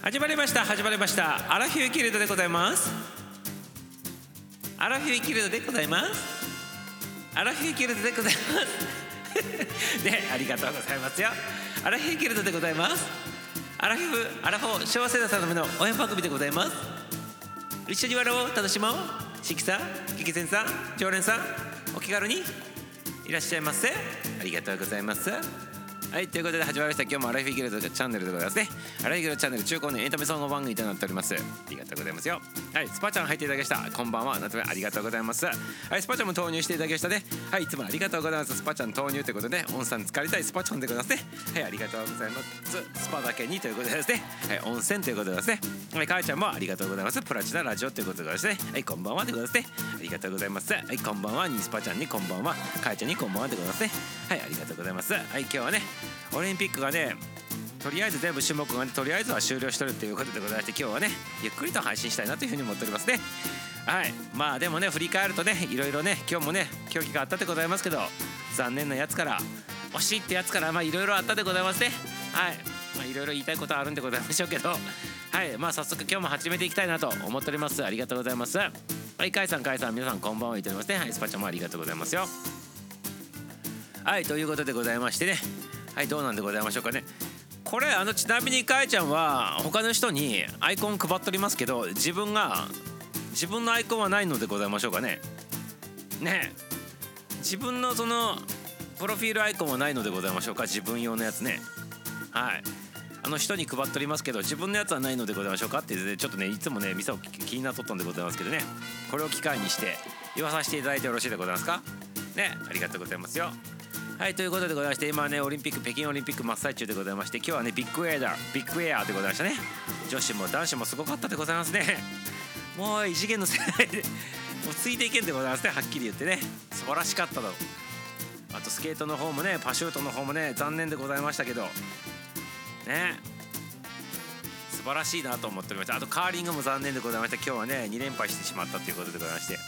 始まりましたアラフィフギルドでございます。アラフィフギルドでございます。アラフィフギルドでございますね、ありがとうございますよ。アラフィフギルドでございます。アラフィフアラフォー昭和世代さんのための応援番組でございます。一緒に笑おう、楽しもう。シキさん、激戦さん、常連さん、お気軽にいらっしゃいませ。ありがとうございます。はい、ということで始まりました。今日もアラフィフギルドチャンネルでございますね。アラフィフギルドチャンネル中高年エンタメ総合番組となっております。ありがとうございますよ。はい、スパちゃん入っていただきました。こんばんは。夏目ありがとうございます。はい、スパちゃんも投入していただきましたね。はい、いつもありがとうございます。スパちゃん投入ということで、オンさん浸かりたいスパちゃんでございますね。はい、ありがとうございます。スパだけにということでですね。はい、温泉ということでですね。はい、かえちゃんもありがとうございます。プラチナラジオということでですね。はい、こんばんはでございますね。ありがとうございます。はい、こんばんはにスパちゃんにこんばんは、かえちゃんにこんばんはでございますね。はい、ありがとうございます。はい、今日はね、オリンピックがね、とりあえず全部種目がね、とりあえずは終了してるということでございまして、今日はねゆっくりと配信したいなというふうに思っておりますね。はい、まあでもね振り返るとね、いろいろね今日もね競技があったでございますけど、残念なやつから惜しいってやつから、まあいろいろあったでございますね。はい、まあいろいろ言いたいことはあるんでございましょうけど、はい、まあ早速今日も始めていきたいなと思っております。ありがとうございます。はい、かいさん皆さんこんばんは言っておりますね。はい、スパチャもありがとうございますよ。はい、ということでございましてね、はい、どうなんでございましょうかね。これちなみにかえちゃんは他の人にアイコン配っておりますけど、自分のアイコンはないのでございましょうかね。ね、自分のそのプロフィールアイコンはないのでございましょうか。自分用のやつね。はい、人に配っておりますけど自分のやつはないのでございましょうかっていう、ちょっとねいつもね店を気になっとったんでございますけどね、これを機会にして言わさせていただいてよろしいでございますかね。ありがとうございますよ。はい、ということでございまして、今はね北京オリンピック真っ最中でございまして、今日はねビッグエアでございましたね。女子も男子もすごかったでございますね。もう異次元の世界でもうついていけんでございますね、はっきり言ってね。素晴らしかったと。あとスケートの方もね、パシュートの方もね残念でございましたけどね、素晴らしいなと思っておりました。あとカーリングも残念でございました。今日はね2連敗してしまったということでございまして、ね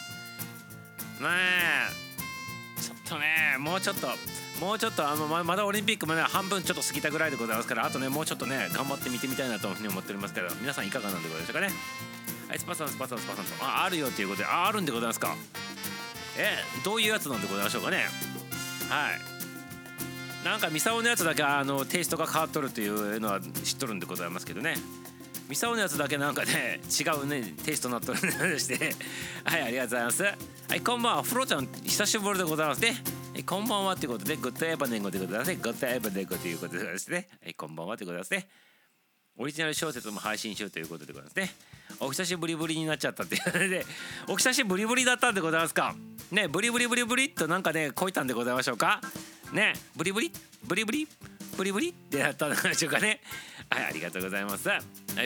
えちょっとねもうちょっとまだオリンピックもね半分ちょっと過ぎたぐらいでございますから、あとねもうちょっとね頑張って見てみたいなというふうに思っておりますけど、皆さんいかがなんでございましょうかね。はい、スパさんとあるよということで、あるんでございますか。どういうやつなんでございましょうかね。はい、なんかミサオのやつだけテイストが変わっとるというのは知っとるんでございますけどね、ミサオのやつだけなんかね違うねテイストになっとるんでしてはい、ありがとうございます。はい、こんばんは、フロちゃん久しぶりでございますね。はい、こんばんはということでグッドエバネンゴでございますね。グッドエバネンゴということでございますね。はい、こんばんはということですね。オリジナル小説も配信しようということでございますね。お久しぶりになっちゃったっていうのでお久しぶりだったんでございますかね。ブリっとなんかねこいたんでございましょうかね。ブリってなったんでしょうかね。はい、ありがとうございます。はい、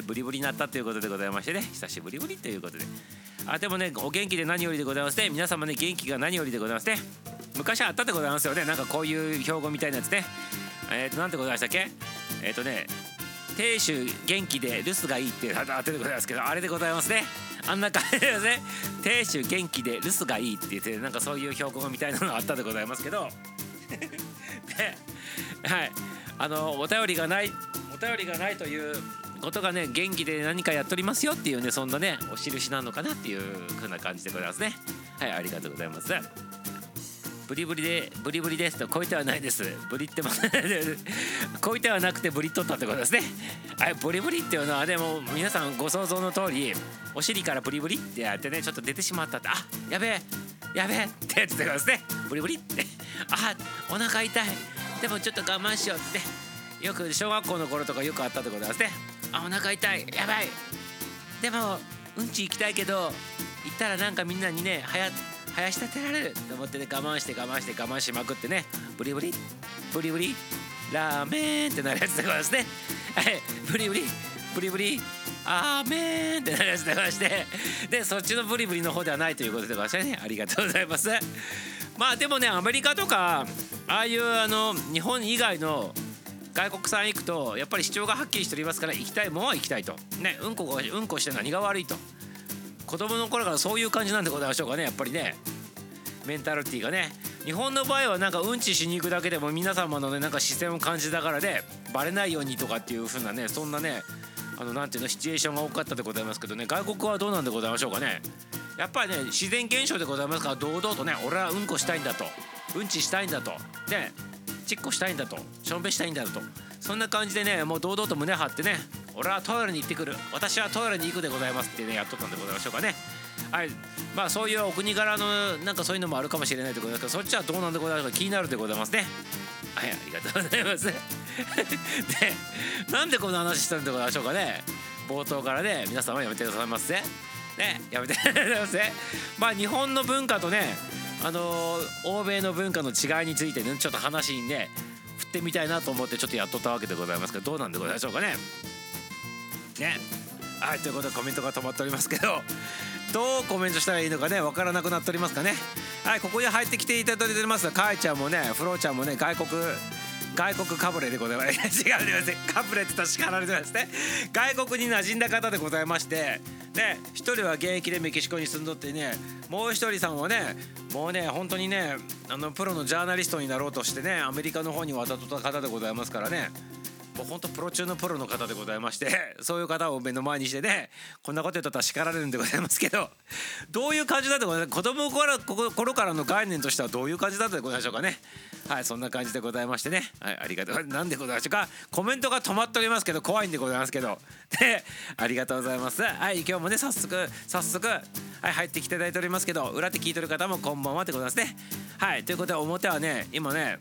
ブリになったということでございましてね、久しぶりということで、でもねお元気で何よりでございますね。皆様ね元気が何よりでございますね。昔あったでございますよね、なんかこういう標語みたいなやつね。なんてございましたっけ。亭主元気で留守がいいってあってでございますけど、あれでございますね。あんな感じですね。亭主元気で留守がいいって言って、なんかそういう標語みたいなのがあったでございますけどで、はい、お便りがないということがね、元気で何かやっとりますよっていうね、そんなねお印なのかなっていう風な感じでございますね。はい、ありがとうございます。ブリブリですと、こいてはないです。ブリってもこいてはなくてブリっとったってことですね。はい、ブリっていうのはでも皆さんご想像の通り、お尻からブリってやってね、ちょっと出てしまったって、やべえってやつでございますね。ブリってお腹痛い、でもちょっと我慢しようってよく小学校の頃とかよくあったでございますね。お腹痛い、やばい、でもうんち行きたいけど行ったらなんかみんなにね生やし立てられると思ってね、我慢しまくってね、ブリラーメンってなるやつでございますね。はい、ブリアーメンってなるやつでございまして、でそっちのブリの方ではないということでございましてね、ありがとうございます。まあでもね、アメリカとかああいう日本以外の外国産行くとやっぱり主張がはっきりしておりますから、行きたいもんは行きたいとね、うんこして何が悪いと、子供の頃からそういう感じなんでございましょうかね。やっぱりねメンタリティがね、日本の場合はなんかうんちしに行くだけでも皆様のねなんか視線を感じながらでバレないようにとかっていう風なね、そんなねなんていうの、シチュエーションが多かったでございますけどね、外国はどうなんでございましょうかね。やっぱりね、自然現象でございますから、堂々とね、俺はうんこしたいんだと、うんちしたいんだと、ね、ちっこしたいんだと、しょんべしたいんだと、そんな感じでね、もう堂々と胸張ってね、俺はトイレに行ってくる、私はトイレに行くでございますってね、やっとったんでございましょうかね。はい、まあそういうお国柄のなんかそういうのもあるかもしれないでございますけど、そっちはどうなんでございますか、気になるでございますね。はい、ありがとうございます。で、なんでこの話したんでございましょうかね。冒頭からね、皆さんはやめてくださいませ。ね、やめてくださいませ。まあ日本の文化とね、欧米の文化の違いについてね、ちょっと話にね振ってみたいなと思ってちょっとやっとったわけでございますけど、どうなんでございましょうかね。ね、はい、ということでコメントが止まっておりますけど、どうコメントしたらいいのかね、わからなくなっておりますかね。はい、ここに入ってきていただいてますかいちゃんもね、フローちゃんもね、外国かぶれでございます。違うでございます。かぶれって確かられてますね。外国に馴染んだ方でございまして、ね、一人は現役でメキシコに住んどってね、もう一人さんはね、もうね本当にね、プロのジャーナリストになろうとしてね、アメリカの方に渡った方でございますからね、もう本当プロ中のプロの方でございまして、そういう方を目の前にしてね、こんなこと言ったら叱られるんでございますけど、どういう感じだってございます。子供の頃からの概念としてはどういう感じだったでございましょうかね。はい、そんな感じでございましてね、はい、ありがとう。なんでございましょうか。コメントが止まっておりますけど、怖いんでございますけど、で、ありがとうございます。はい、今日もね早速、はい、入ってきていただいておりますけど、裏で聞いてる方もこんばんはでございますね。はい、ということで表はね、今ね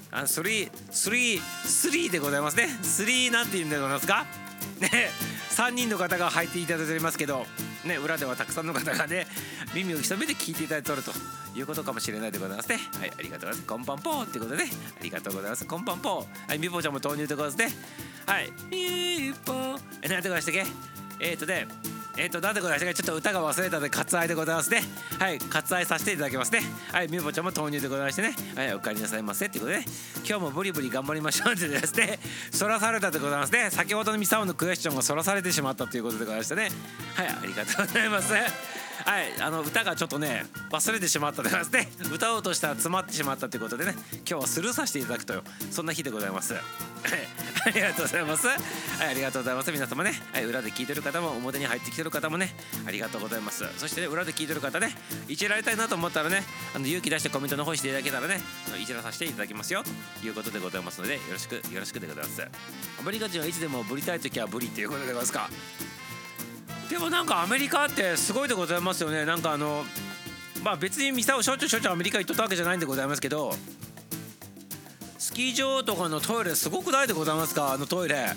3でございますね。3なんて言うんでございますかね、3人の方が入っていただいておりますけどね、裏ではたくさんの方がね、耳を潜めて聞いていただいておるということかもしれないでございますね。はい、ありがとうございます。こんばんぽーってことでね、ありがとうございます。こんばんぽー。はい、みぽちゃんも投入でございますね。はい、みぽー、なんてございましたっけ。なんでございましたっけ。ちょっと歌が忘れたので割愛でございますね。はい、割愛させていただきますね。はい、みぽちゃんも投入でございましてね、はい、お帰りなさいませってことで、ね、今日もブリブリ頑張りましょうってですね、そらされたでございますね。先ほどのミサオのクエスチョンがそらされてしまったということでございましてね。はい、ありがとうございます。はい、歌がちょっとね忘れてしまったでございますね。歌おうとしたら詰まってしまったということでね、今日はスルーさせていただくという、そんな日でございます。ありがとうございます。はい、ありがとうございます。皆様ね、はい、裏で聞いてる方も表に入ってきてる方もね、ありがとうございます。そしてね、裏で聞いてる方ね、いじられたいなと思ったらね、勇気出してコメントの方していただけたらね、いじらさせていただきますよということでございますので、よろしくでございます。アメリカ人はいつでもブリたい時はブリっていうことでございますか。でもなんかアメリカってすごいでございますよね。なんかまあ別にミサをしょっちゅうアメリカ行っとったわけじゃないんでございますけど、スキー場とかのトイレすごくないでございますか。トイレ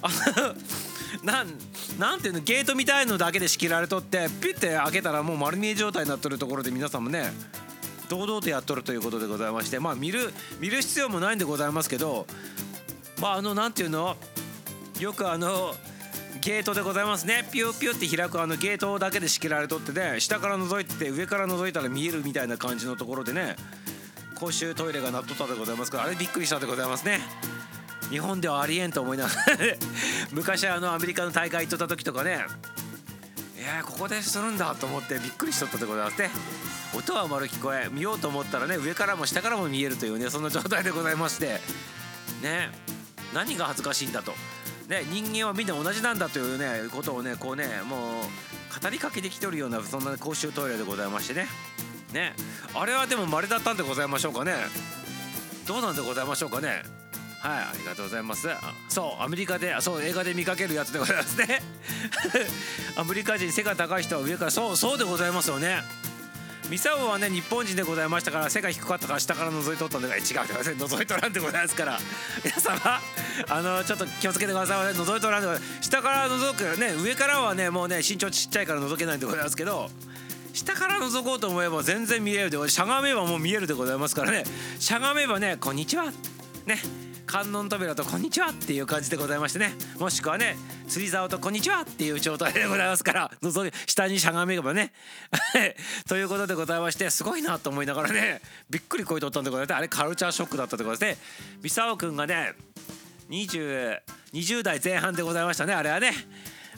なんていうの、ゲートみたいのだけで仕切られとって、ピッて開けたらもう丸見え状態になっとるところで、皆さんもね堂々とやっとるということでございまして、まあ見る必要もないんでございますけど、まあなんていうの、よくゲートでございますね、ピューピューって開くゲートだけで仕切られとってね、下から覗いて上から覗いたら見えるみたいな感じのところでね、公衆トイレがなっとったでございますから、あれびっくりしたでございますね。日本ではありえんと思いながら昔アメリカの大会行っとった時とかね、ここでするんだと思ってびっくりしとったでございますね。音は丸聞こえ、見ようと思ったらね、上からも下からも見えるというね、そんな状態でございましてね、何が恥ずかしいんだとね、人間はみんな同じなんだというねことをね、こうね、もう語りかけてきておるような、そんな公衆トイレでございましてね。ね、あれはでも稀だったんでございましょうかね。どうなんでございましょうかね。はい、ありがとうございます。そうアメリカで、そう映画で見かけるやつでございますね。アメリカ人背が高い人は上から、そうでございますよね。ミサオはね日本人でございましたから、背が低かったから下から覗いとったんで、違うでございます。覗いとらんでございますから、皆様ちょっと気をつけてください。覗いとらんでございます。下から覗くね、上からはねもうね身長ちっちゃいから覗けないんでございますけど、下から覗こうと思えば全然見えるで、しゃがめばもう見えるでございますからね。しゃがめばね、こんにちはね、観音扉とこんにちはっていう感じでございましてね、もしくはね釣り竿とこんにちはっていう状態でございますから、下にしゃがめばねということでございまして、すごいなと思いながらね、びっくりこいとったんでございまして、あれカルチャーショックだったでございまして、ミサオくんがね20代前半でございましたね。あれはね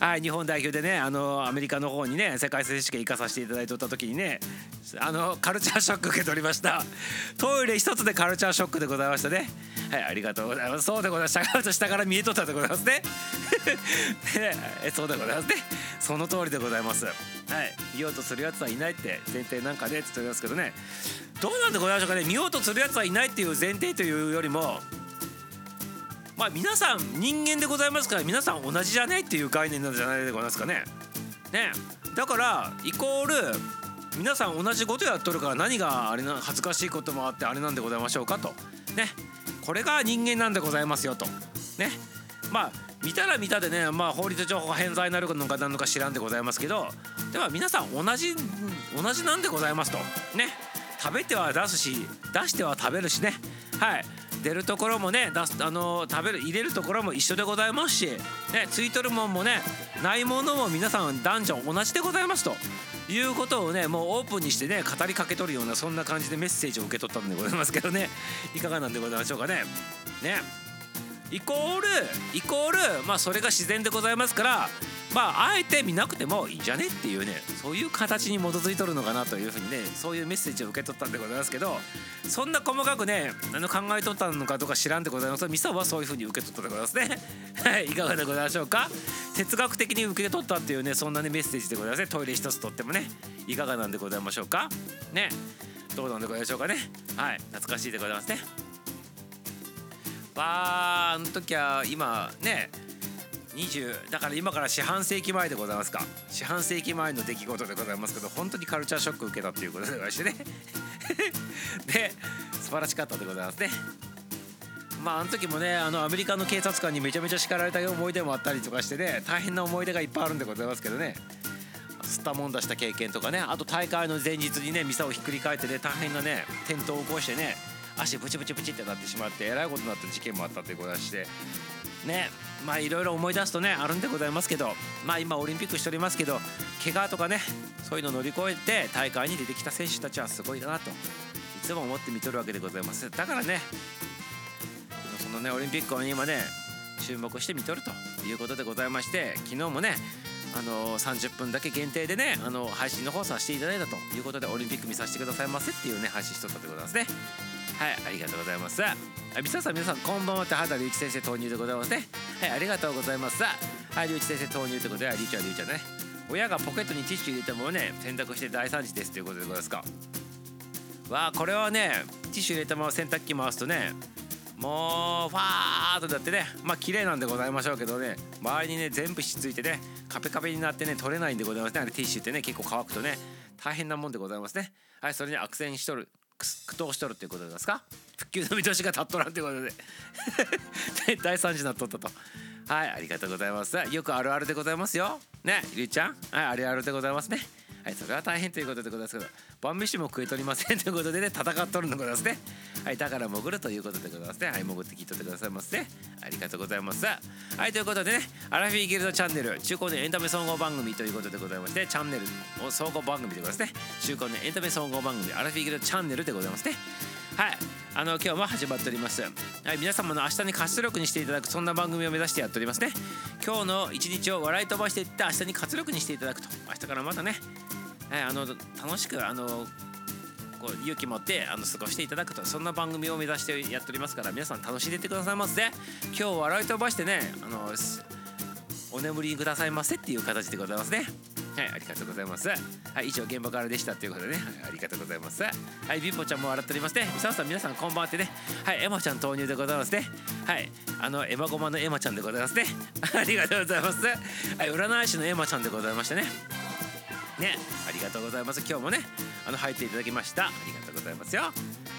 はい、日本代表でねアメリカの方にね世界選手権行かさせていただいておった時にねカルチャーショック受け取りました。トイレ一つでカルチャーショックでございましたね。はい、ありがとうございます。そうでございます。下から見えとったでございますね。そうでございますね。その通りでございます。はい、見ようとするやつはいないって前提なんかねって言ってますけどね、どうなんでございましょうかね。見ようとするやつはいないっていう前提というよりも、まあ皆さん人間でございますから、皆さん同じじゃねっていう概念なんじゃないでございますかね。ね、だからイコール皆さん同じことやっとるから、何があれな恥ずかしいこともあってあれなんでございましょうかとね、これが人間なんでございますよとね。まあ見たら見たでね、まあ法律上偏在になるのか何のか知らんでございますけど、では皆さん同じなんでございますとね。食べては出すし、出しては食べるしね。はい、出るところもね食べる入れるところも一緒でございますしね、ついとるもんもねないものも皆さん男女同じでございますということをね、もうオープンにしてね語りかけとるような、そんな感じでメッセージを受け取ったんでございますけどね、いかがなんでございましょうかね。ね、イコールまあそれが自然でございますから、まああえて見なくてもいいんじゃねっていうね、そういう形に基づいとるのかなというふうにね、そういうメッセージを受け取ったんでございますけど、そんな細かくね考えとったのかどうか知らんでございます。ミサはそういうふうに受け取ったでございますね。はい、いかがでございましょうか。哲学的に受け取ったっていうね、そんなねメッセージでございますね。トイレ一つとってもね、いかがなんでございましょうかね。どうなんでございましょうかね。はい、懐かしいでございますね。あの時は今ね20だから今から四半世紀前でございますか。四半世紀前の出来事でございますけど、本当にカルチャーショック受けたっていうことでございましてね。で素晴らしかったでございますね。まああの時もねアメリカの警察官にめちゃめちゃ叱られた思い出もあったりとかしてね、大変な思い出がいっぱいあるんでございますけどね。吸ったもんだした経験とかね、あと大会の前日にねミサをひっくり返ってね大変なね転倒を起こしてね、足ブチブチブチってなってしまってえらいことになった事件もあったということでしてね。まあいろいろ思い出すとねあるんでございますけど、まあ今オリンピックしておりますけど、怪我とかねそういうのを乗り越えて大会に出てきた選手たちはすごいなといつも思って見とるわけでございます。だからねそのねオリンピックを今ね注目して見とるということでございまして、昨日もね30分だけ限定でね配信の方させていただいたということで、オリンピック見させてくださいませっていうね配信しとったでございますね。はい、ありがとうございます。皆さんこんばんはって原田隆一先生投入でございますね。はい、ありがとうございます。はい、隆一先生投入ということで、隆一は隆一はね、親がポケットにティッシュ入れたものね洗濯して大惨事ですということでございますか。わあこれはねティッシュ入れたまま洗濯機回すとねもうファーっとなってね、まあ綺麗なんでございましょうけどね、周りにね全部しっついてねカペカペになってね取れないんでございますね。あれティッシュってね結構乾くとね大変なもんでございますね。はい、それに悪戦しとる苦闘しとるっていうことですか。復旧の見通しが立っとらんということで大惨事になっとったと。はい、ありがとうございます。よくあるあるでございますよね、りゅうちゃん。はい、あるあるでございますね。はい、それは大変ということでございますけど、晩飯も食いとりませんということでね戦っとるのでございますね。はい、だから潜るということでございますね。はい、潜って聞いとってくださいますね。ありがとうございます。はい、ということでねアラフィーギルドチャンネル中高年エンタメ総合番組ということでございまして、チャンネルを総合番組でございますね。中高年エンタメ総合番組アラフィーギルドチャンネルでございますね。はい、今日も始まっております。はい、皆様の明日に活力にしていただく、そんな番組を目指してやっておりますね。今日の一日を笑い飛ばしていって明日に活力にしていただくと、明日からまたね楽しくこう勇気持って過ごしていただくと、そんな番組を目指してやっておりますから、皆さん楽しんでいってくださいませ。今日笑い飛ばしてねお眠りくださいませっていう形でございますね。はい、ありがとうございます。はい、以上現場からでしたということでね、はい、ありがとうございます。はい、ビンポちゃんも笑っておりますね。皆さんこんばんはってね。はい、エマちゃん投入でございますね。はい、エマゴマのエマちゃんでございますね。ありがとうございます。はい、占い師のエマちゃんでございましてね。ね、ありがとうございます。今日もね入っていただきました。ありがとうございますよ。はい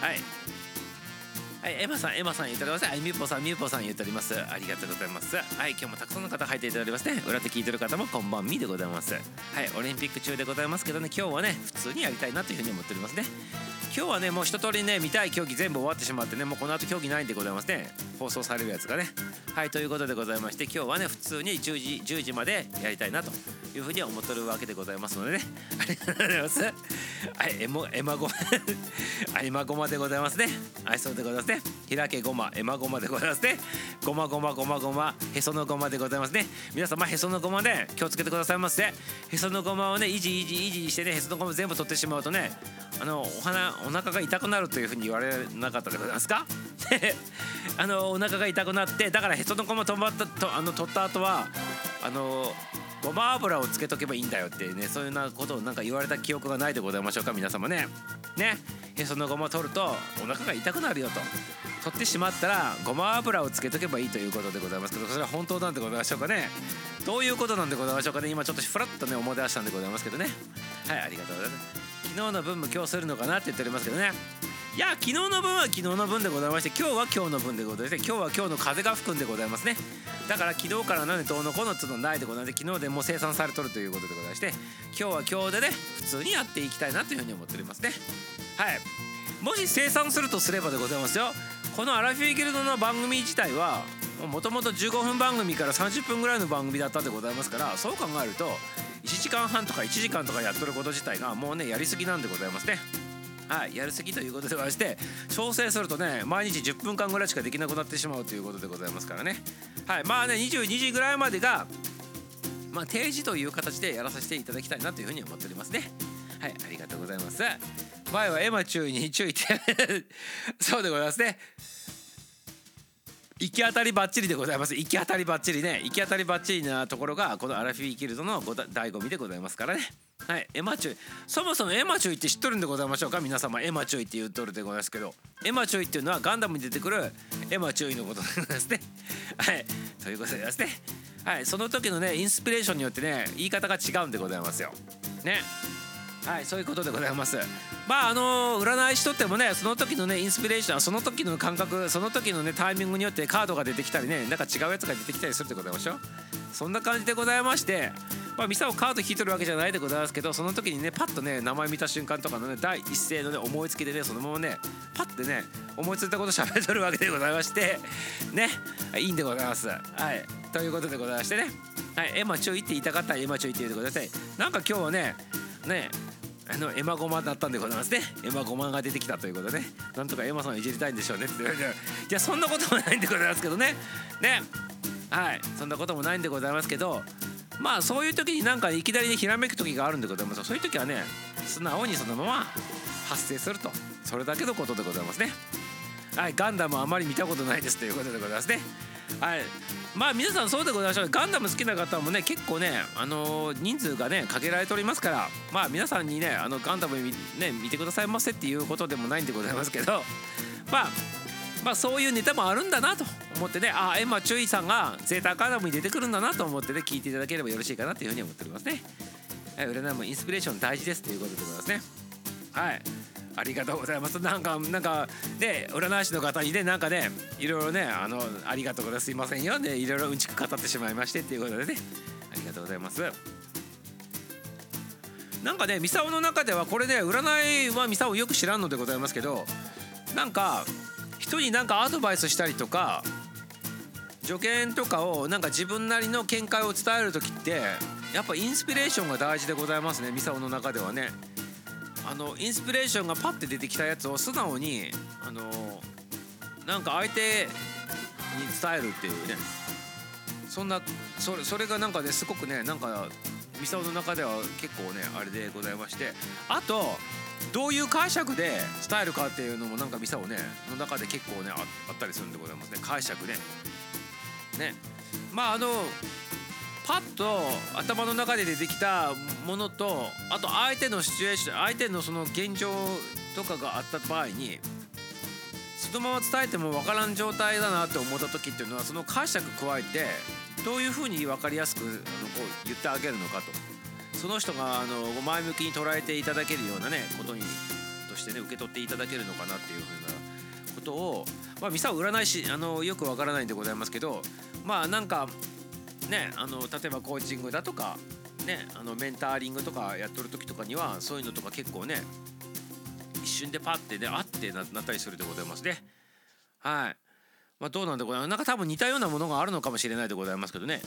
はい、エマさん言っております。はい、ミューポさん言っております。ありがとうございます。はい、今日もたくさんの方入っていただいておりますね。裏で聞いてる方もこんばんみでございます。はい、オリンピック中でございますけどね、今日はね普通にやりたいなというふうに思っておりますね。今日はねもう一通りね見たい競技全部終わってしまってね、もうこの後競技ないんでございますね。 放送されるやつがね。はい、ということでございまして、今日はね普通に10時までやりたいなというふうに思ってるわけでございますのでね、ありがとうございます。はい、エマゴマエマゴマでございますね。はい、そうでございますね。開けごまエマゴマでございますね。ごまへそのごまでございますね。皆様へそのごまで気をつけてくださいませ。へそのごまをね、いじしてね、へそのごま全部取ってしまうとね、お腹が痛くなるというふうに言われなかったでございますか？お腹が痛くなって、だからへそのごま取った後はごま油をつけとけばいいんだよってね、そういうなことをなんか言われた記憶がないでございましょうか、皆様ね。へそのごまを取るとお腹が痛くなるよと。取ってしまったらごま油をつけとけばいいということでございますけど、それは本当なんでございましょうかね。どういうことなんでございましょうかね。今ちょっとフラッとね思い出したんでございますけどね。はい、ありがとうございます。昨日の分も今日するのかなって言っておりますけどね。いや、昨日の分は昨日の分でございまして、今日は今日の分でございまして、今日は今日の風が吹くんでございますね。だから昨日からどうのこうのっていうのないでございまして、昨日でもう生産されとるということでございまして、今日は今日でね普通にやっていきたいなというふうに思っておりますね。はい、もし生産するとすればでございますよ、このアラフィフギルドの番組自体はもともと15分番組から30分ぐらいの番組だったでございますから、そう考えると1時間半とか1時間とかやっとること自体がもうねやりすぎなんでございますね。はい、やりすぎということでございまして、調整するとね毎日10分間ぐらいしかできなくなってしまうということでございますからね。はい、まあね22時ぐらいまでが定時という形でやらさせていただきたいなというふうに思っておりますね。はい、ありがとうございます。前はエマ注意に注意ってそうでございますね。行き当たりばっちりでございます。行き当たりばっちりね、行き当たりばっちりなところがこのアラフィフギルドの醍醐味でございますからね。はい、エマチュイ、そもそもエマチュイって知っとるんでございましょうか、皆様。エマチュイって言っとるでございますけど、エマチュイっていうのはガンダムに出てくるエマチュイのことでございますね。はい、ということでございますね。はい、その時のねインスピレーションによってね言い方が違うんでございますよね。はい、そういうことでございます。占いしとってもね、その時のねインスピレーション、その時の感覚、その時のねタイミングによってカードが出てきたりね、なんか違うやつが出てきたりするでございましょう。そんな感じでございまして、ミサをカード引いとるわけじゃないでございますけど、その時にねパッとね名前見た瞬間とかのね第一声のね思いつきでね、そのままねパッてね思いついたこと喋っとるわけでございましてね、いいんでございます。はい、ということでございましてね、はい、エマチョイって言いたかったらエマチョイって言ってください。なんか今日はねエマゴマだったんでございますね。エマゴマが出てきたということでね、なんとかエマさんをいじりたいんでしょうねって言われて、いやそんなこともないんでございますけどね。はい、そんなこともないんでございますけど、そういう時になんかいきなりねひらめく時があるんでございます。そういう時はね素直にそのまま発生すると、それだけのことでございますね。はい、ガンダムあまり見たことないですということでございますね。はい、皆さんそうでございましょう。ガンダム好きな方もね結構ね人数がね限られておりますから、皆さんにねガンダム見てくださいませっていうことでもないんでございますけど、そういうネタもあるんだなと思ってね、エマチュイさんがゼータガンダムに出てくるんだなと思ってね聞いていただければよろしいかなというふうに思っておりますね。はい、占いもインスピレーション大事ですということでございますね。はい、ありがとうございます。なんかね占い師の方にねなんかねいろいろねありがとうございます、すいませんよね、いろいろうんちく語ってしまいましてっていうことでね、ありがとうございます。なんかねミサオの中ではこれね占いはミサオよく知らんのでございますけど、なんか人になんかアドバイスしたりとか助言とかをなんか自分なりの見解を伝える時ってやっぱインスピレーションが大事でございますね、ミサオの中ではね。インスピレーションがパッて出てきたやつを素直になんか相手に伝えるっていうね、それがなんかねすごくねなんかミサオの中では結構ねあれでございまして、あとどういう解釈で伝えるかっていうのもなんかミサオねの中で結構ねあったりするんでございますね、解釈ね。パッと頭の中で出てきたものと、あと相手のシチュエーション、相手のその現状とかがあった場合にそのまま伝えても分からん状態だなって思った時っていうのは、その解釈加えてどういうふうに分かりやすくこう言ってあげるのかと、その人が前向きに捉えていただけるようなねことにとしてね受け取っていただけるのかなっていうふうなことを、ミサオ占い師よく分からないんでございますけど、なんかね例えばコーチングだとかねメンターリングとかやっとる時とかにはそういうのとか結構ね一瞬でパッてねあってなったりするでございますね。はい、 どうなんでございます。なんか多分似たようなものがあるのかもしれないでございますけどね。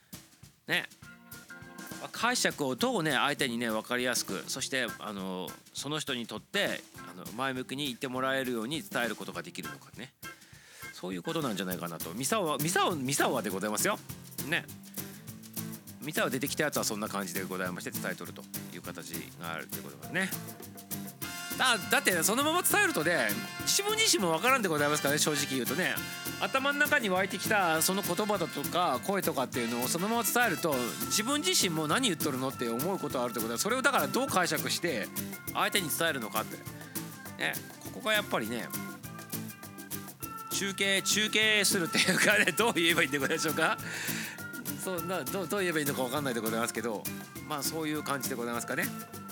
解釈をどうね相手にね分かりやすく、そしてその人にとって前向きに言ってもらえるように伝えることができるのかね、そういうことなんじゃないかなと。ミサオはでございますよね。ミサオ出てきたやつはそんな感じでございまして、伝えとるという形があるということですね。だってそのまま伝えるとね、自分自身も分からんでございますからね。正直言うとね、頭の中に湧いてきたその言葉だとか声とかっていうのをそのまま伝えると、自分自身も何言っとるのって思うことがあるってことは、それをだからどう解釈して相手に伝えるのかってね、ここがやっぱりね、中継するっていうかね、どう言えばいいんでございましょうか。どう言えばいいのか分かんないでございますけど、そういう感じでございますかね。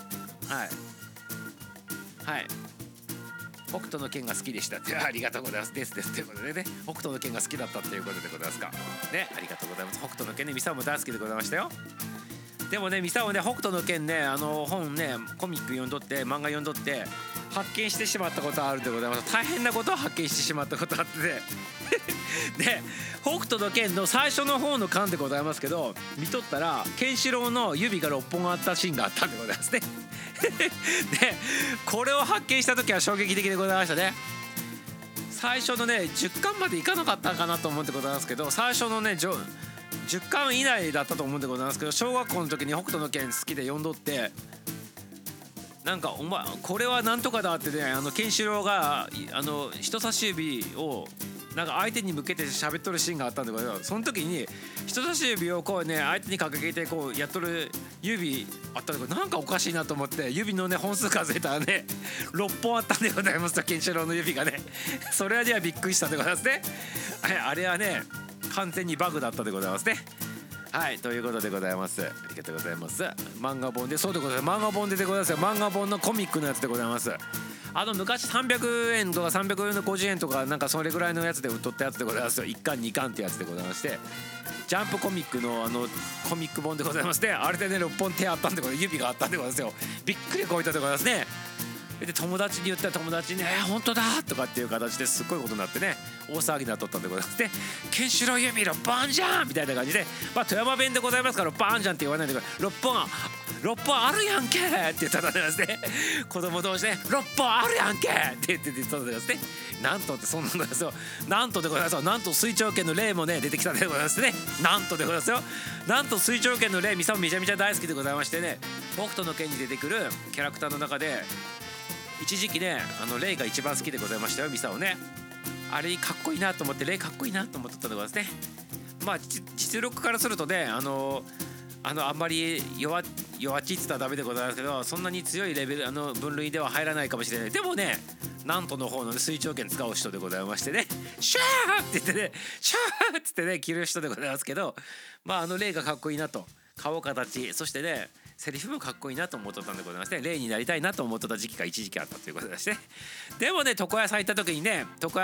はい、北斗の拳が好きでしたってありがとうございますですということでね、北斗の拳が好きだったっていうことでございますかね。ありがとうございます。北斗の拳ね、ミサオも大好きでございましたよ。でもね、ミサオね、北斗の拳ね、本ね、コミック読んどって漫画読んどって発見してしまったことあるでございます。大変なことを発見してしまったことあってねで、北斗の拳の最初の方の巻でございますけど、見とったらケンシロウの指が6本あったシーンがあったんでございますねで、これを発見した時は衝撃的でございましたね。最初のね10巻までいかなかったかなと思ってございますけど、最初のね10巻以内だったと思うんでございますけど、小学校の時に北斗の拳好きで読んどって、なんかお前これはなんとかだってね、ケンシロウが人差し指をなんか相手に向けて喋っとるシーンがあったんだけど、その時に人差し指をこうね相手に掲げてこうやっとる指あったんだけど、なんかおかしいなと思って指のね本数数えたらね6本あったんでございますと、ケンシロウの指がねそれはじゃあびっくりしたでございますね。あれはね完全にバグだったでございますね。はい、ということでございます。ありがとうございます。漫画本で、そうでございます。漫画本でございますよ。漫画本のコミックのやつでございます。昔300円とか350円とかなんかそれぐらいのやつで売っとったやつでございますよ。1巻2巻ってやつでございまして、ジャンプコミックのコミック本でございまして、あれでね6本手あったんでございます。指があったんでございますよ。びっくりこいたでございますね。で友達に言ったら友達に「本当だ!」とかっていう形ですっごいことになってね、大騒ぎになっとったんでございますね。ケンシロウ指6本じゃんみたいな感じで、富山弁でございますからバーンじゃんって言わないでください。6本あるやんけって言ったんですね。子供同士で6本あるやんけって言ったんですね。なんとってそんなんですよ。なんとでございますよ。なんと水長剣の例もね出てきたんでございますね。なんとでございますよ。なんと水長剣の例、ミサもめちゃめちゃ大好きでございましてね、北斗の拳に出てくるキャラクターの中で一時期ねレイが一番好きでございましたよ、ミサをね。あれかっこいいなと思って、レイかっこいいなと思ってたでございますね。実力からするとねあんまり弱っちって言ったらダメでございますけど、そんなに強いレベル分類では入らないかもしれない。でもねなんとの方の、ね、水長剣使う人でございましてね、シャーって言ってねシャーって言ってね着る人でございますけど、レイがかっこいいなと、顔形そしてねセリフもかっこいいなと思っとったんでございまして、レイになりたいなと思っとった時期が一時期あったということでして、でもね床屋さん行った時に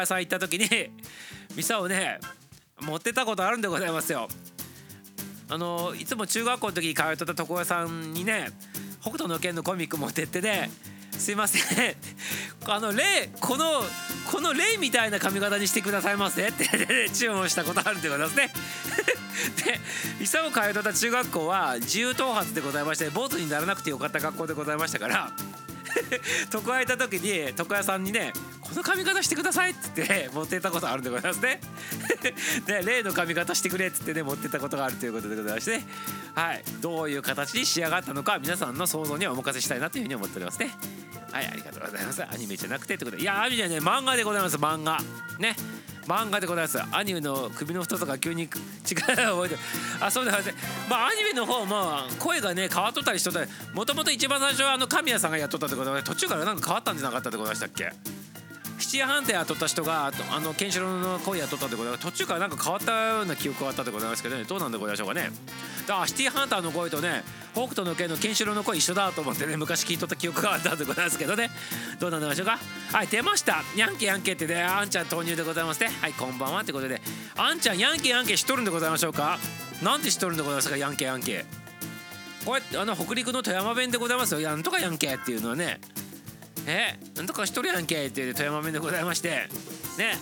ミサをね持ってたことあるんでございますよ。いつも中学校の時に通ってた床屋さんにね北斗の拳のコミック持ってってね、すいませんレイこのレイみたいな髪型にしてくださいませって注文したことあるんでございますねでミサを通ってた中学校は自由頭髪でございまして、坊主にならなくてよかった学校でございましたから床屋行った時に床屋さんにねこの髪型してくださいって言って持ってったことあるんでございますねで例の髪型してくれって言ってね持ってったことがあるということでございましてね、はい、どういう形に仕上がったのか皆さんの想像にはお任せしたいなというふうに思っておりますね。はい、ありがとうございます。アニメじゃなくてってことで、いやアニメはね漫画でございます。漫画ね、漫画でございます。アニメの首の太さが急に違う覚えてる。そうですね。アニメの方も声がね変わっとったりしとったり、もともと一番最初は神谷さんがやっとったってことで、途中からなんか変わったんじゃなかったってことでしたっけ。7夜半でやっとった人がケンシロウの声やっとったってことで、途中からなんか変わったような記憶があったってことなんですけどね、どうなんでございましょうかね。だからシティハンターの声とね北斗の拳のケンシロウの声一緒だと思ってね昔聞いとった記憶があったってことなんですけどね、どうなんでしょうか。はい、出ましたヤンケってね、あんちゃん投入でございますね。はい、こんばんはってことで、あんちゃんヤンケ知っとるんでございましょうか。なんで知っとるんでございますか、ヤンケこれ北陸の富山弁でございますよ。なんとかヤンケっていうのはね、なんとか知っとるやんけって富山弁でございましてね、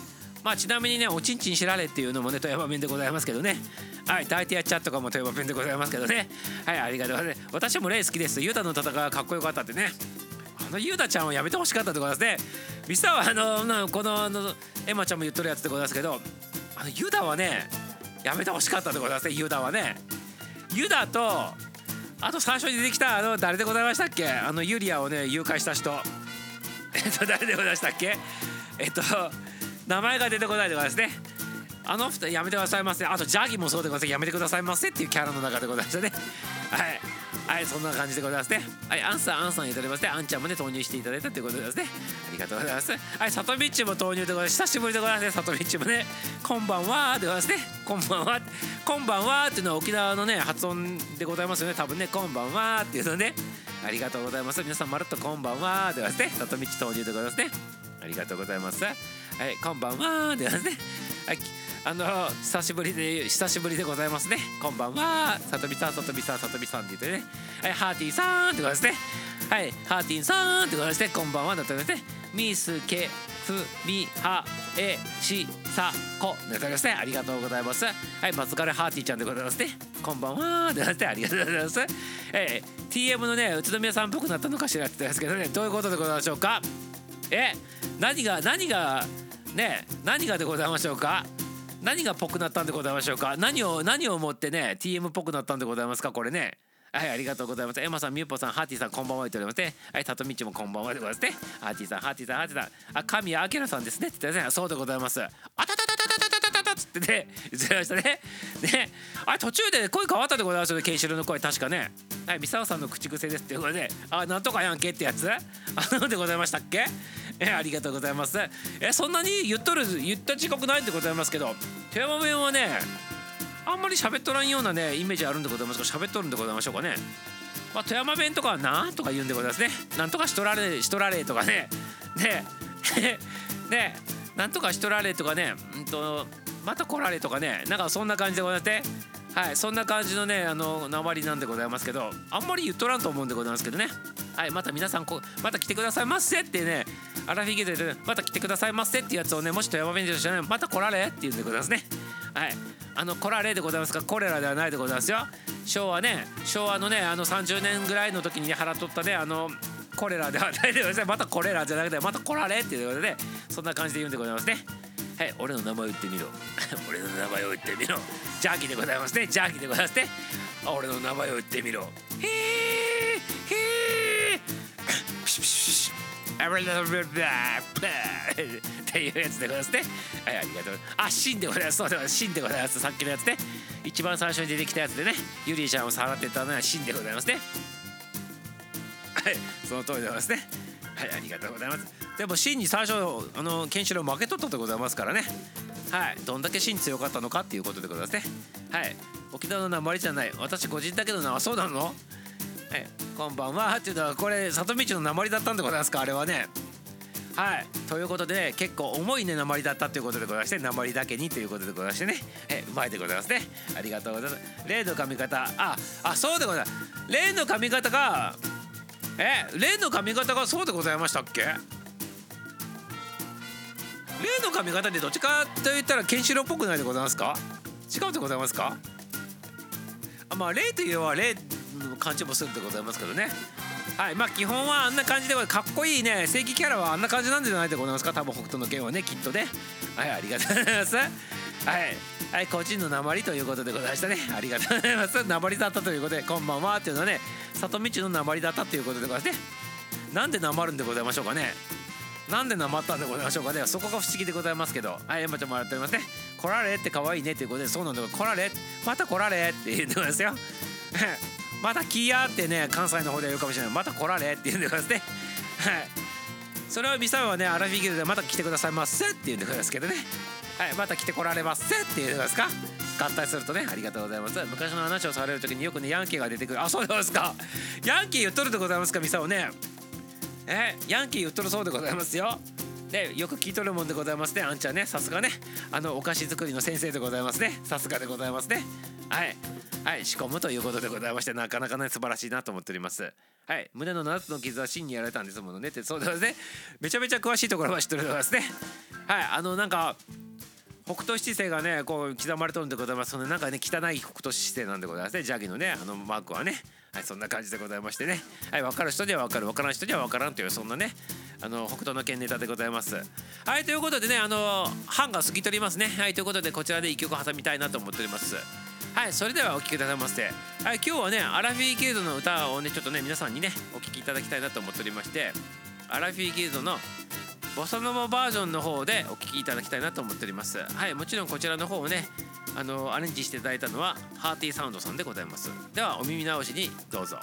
まあちなみにね、おちんちんしられっていうのもね富山弁でございますけどね。はい、抱いてやっちゃとかも富山弁でございますけどね。はい、ありがとうございます。私もレイ好きです。ユダの戦いがかっこよかったってね。ユダちゃんをやめてほしかったってことですね。ミサはこのエマちゃんも言っとるやつでございますけど、ユダはねやめてほしかったってことですね。ユダはね、ユダとあと最初に出てきた誰でございましたっけ、ユリアをね誘拐した人誰でございましたっけ、名前が出てこないでございますね。2人やめてくださいませ。あとジャギもそうでございます。やめてくださいませっていうキャラの中でございましたね。はいはい、そんな感じでございますね。はい、アンさん言っておりますね。アンちゃんもね投入していただいたということでございますね。ありがとうございます。はい、サトミッチも投入でございます。久しぶりでございますね。サトミッチもね、こんばんはでございますね。こんばんは、こんばんはっていうのは沖縄のね発音でございますよね。多分ね、こんばんはっていうのね。ありがとうございます。皆さんまるっとこんばんはでございますね。サトミッチ投入でございますね。ありがとうございます。はい、こんばんはでございますね。はい、久しぶりでございますね。こんばんは、さとみさんって言ってね。はい、ハーティーさんってことですね。はい、ハーティーさんってことですね。こんばんはだとですね。みすけふみはえしさこでございますね。ありがとうございます。はい、松枯ハーティーちゃんでございますね。こんばんはでございますね。ありがとうございます。TM のね宇都宮さんっぽくなったのかしらって言ったんですけどね、どういうことでございましょうか。何がでございましょうか。何がぽくなったんでございましょうか。何をもってね TM っぽくなったんでございますか、これね。はい、ありがとうございます。エマさん、ミューポさん、ハーティさん、こんばんは言っておりますね。はい、タトミッチもこんばんはでございますね。ハーティさん、神谷明さんですねって言ってね。そうでございます。あたたたたたたたたたつってね言ってましたね。ね、途中で声変わったでございますよね。ケンシロウの声確かね。はい、ミサオさんの口癖ですっていうことで、なんとかやんけってやつでございましたっけ。ありがとうございます。そんなに言った自覚ないんでございますけど、富山弁はねあんまり喋っとらんようなねイメージあるんでございますが、喋っとるんでございましょうかね。まあ、富山弁とかはなんとか言うんでございますね。なんとかしとられとかね。ねなんとかしとられとかね、また来られとかね、なんかそんな感じでございますね。はい、そんな感じのね訛りなんでございますけど、あんまり言っとらんと思うんでございますけどね。はい、また皆さんまた来てくださいませってね、アラフィギでまた来てくださいませっていうやつをね、もし富山弁で知らないまた来られって言うんでございますね。はい、来られでございますが、コレラではないでございますよ。昭和のね30年ぐらいの時に払っとったねコレラではないでございます。またコレラじゃなくてまた来られっていうことで、そんな感じで言うんでございますね。はい、俺の名前を言ってみろ俺の名前を言ってみろ、ジャーキーでございますね。ジャーキーでございますね。俺の名前を言ってみろ、へーっていうやつでございますね。はい、ありがとう。シンでございます。そうでございます。シンでございます。さっきのやつね、一番最初に出てきたやつでね、ユリーちゃんをさらってたのはシンでございますね。はい、その通りでございますね。はい、ありがとうございます。でもシンに最初ケンシロウ負けとったでございますからね。はい、どんだけシン強かったのかっていうことでございますね。はい、沖縄の名前じゃない、私個人だけどな。そうなの。はい、こんばんはっていうのはこれ里道の訛りだったんでございますか、あれはね。はい、ということで、ね、結構重いね訛りだったということでございまして、訛りだけにということでございましてね、うまいでございますね。ありがとうございます。例の髪型、そうでございます。例の髪型がそうでございましたっけ。例の髪型でどっちかと言ったらケンシロウっぽくないでございますか。違うでございますか。まあ例というのは例の感じもするでございますけどね。はい、まあ基本はあんな感じで、かっこいいね正規キャラはあんな感じなんじゃないでございますか。多分北斗の拳はね、きっとね。はい、ありがとうございます。はい、個人の訛りということでございましたね。ありがとうございます。訛りだったということで、こんばんはっていうのはね、里道の訛りだったということでございまして、なんで訛るんでございましょうかね。なんで訛ったんでございましょうかね。そこが不思議でございますけど、はい、エマちゃんもらっておりますね。来られって可愛いねということで、そうなんだよ。来られ、また来られって言うんでございますよ。また来やってね、関西の方では言うかもしれない。また来られって言うんでございますね。はい、それはミサイはね、アラフィギルでまた来てくださいませって言うんでございますけどね。はい、また来てこられませって言うんでございますか。合体するとね。ありがとうございます。昔の話をされるときによくね、ヤンキーが出てくる。そうですか。ヤンキー言っとるでございますか、ミサイね。ヤンキー言っとるそうでございますよ。で、よく聞いとるもんでございますね。あんちゃんね、さすがね、お菓子作りの先生でございますね。さすがでございますね。はい、仕込むということでございまして、なかなかね素晴らしいなと思っております。はい、胸の7つの傷は芯にやられたんですものねって、そうですね。めちゃめちゃ詳しいところは知っておりますね。はい、なんか北斗七星がねこう刻まれとるんでございます。そのなんかね汚い北斗七星なんでございますね。邪気のねマークはね、はい、そんな感じでございましてね、はい、分かる人には分かる、分からん人には分からんというそんなね北斗の拳ネタでございます。はい、ということでね半が過ぎとりますね。はい、ということでこちらで一曲挟みたいなと思っております。はい、それではお聴きくださいませ。はい、今日はねアラフィー・ギルドの歌をねちょっとね皆さんにねお聴きいただきたいなと思っておりまして、アラフィー・ギルドのボサノババージョンの方でお聴きいただきたいなと思っております。はい、もちろんこちらの方をねアレンジしていただいたのはハーティーサウンドさんでございます。ではお耳直しにどうぞ。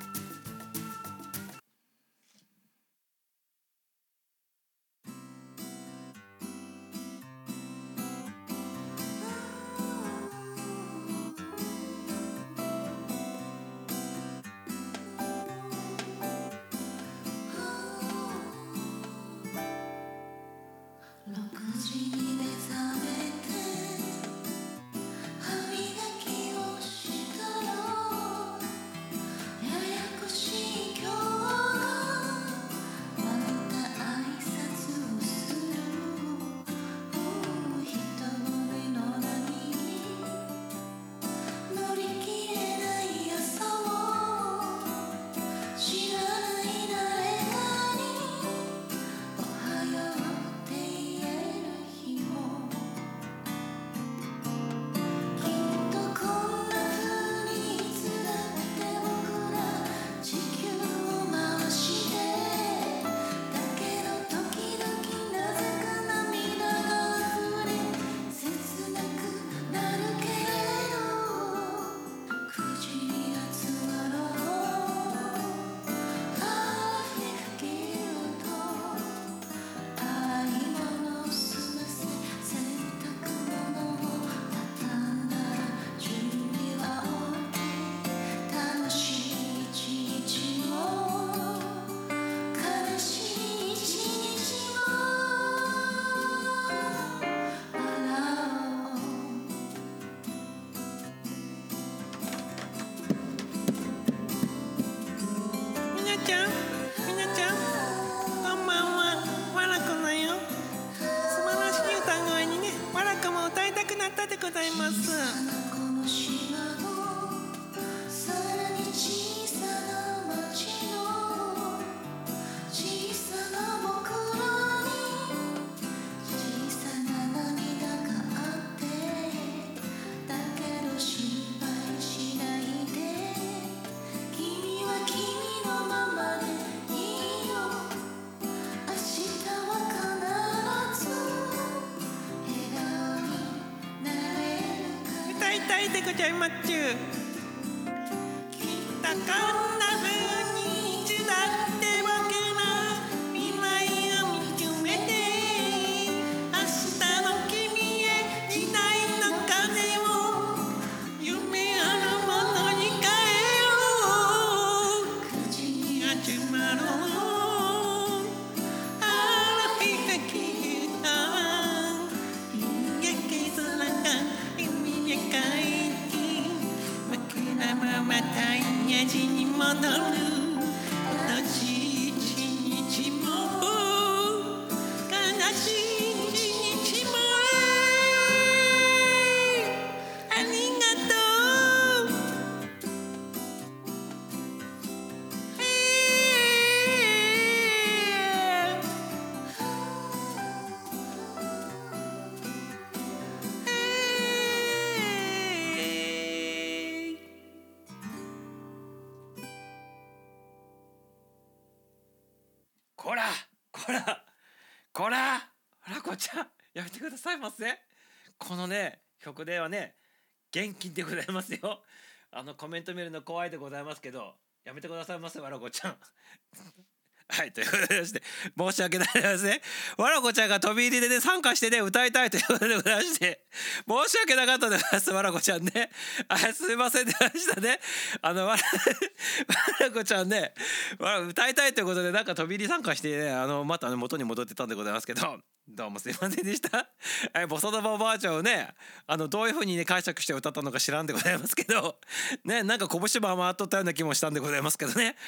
でございます。きっとこんな風にいつだって僕の未来を見つめて明日の君へ時代の風を夢あるものに変えよう。9時に集まろう。あらひが消えた焼け空が海に変えまた家路に戻る悲しい一日も悲しい一日もありがとう。 こらこらこらほらこちゃんやめてくださいませ。このね曲ではね現金でございますよ。コメント見るの怖いでございますけどやめてくださいませわらこちゃんはい、ということでして申し訳ないですね。わらこちゃんが飛び入りでね参加してね歌いたいということでございまして申し訳なかったでございます。わらこちゃんねすいませんでしたね。わらこちゃんね歌いたいということでなんか飛び入り参加してねまた、ね、元に戻ってたんでございますけどどうもすいませんでした。ボサノババージョンをねどういう風にね解釈して歌ったのか知らんでございますけどねなんか拳も回っとったような気もしたんでございますけどね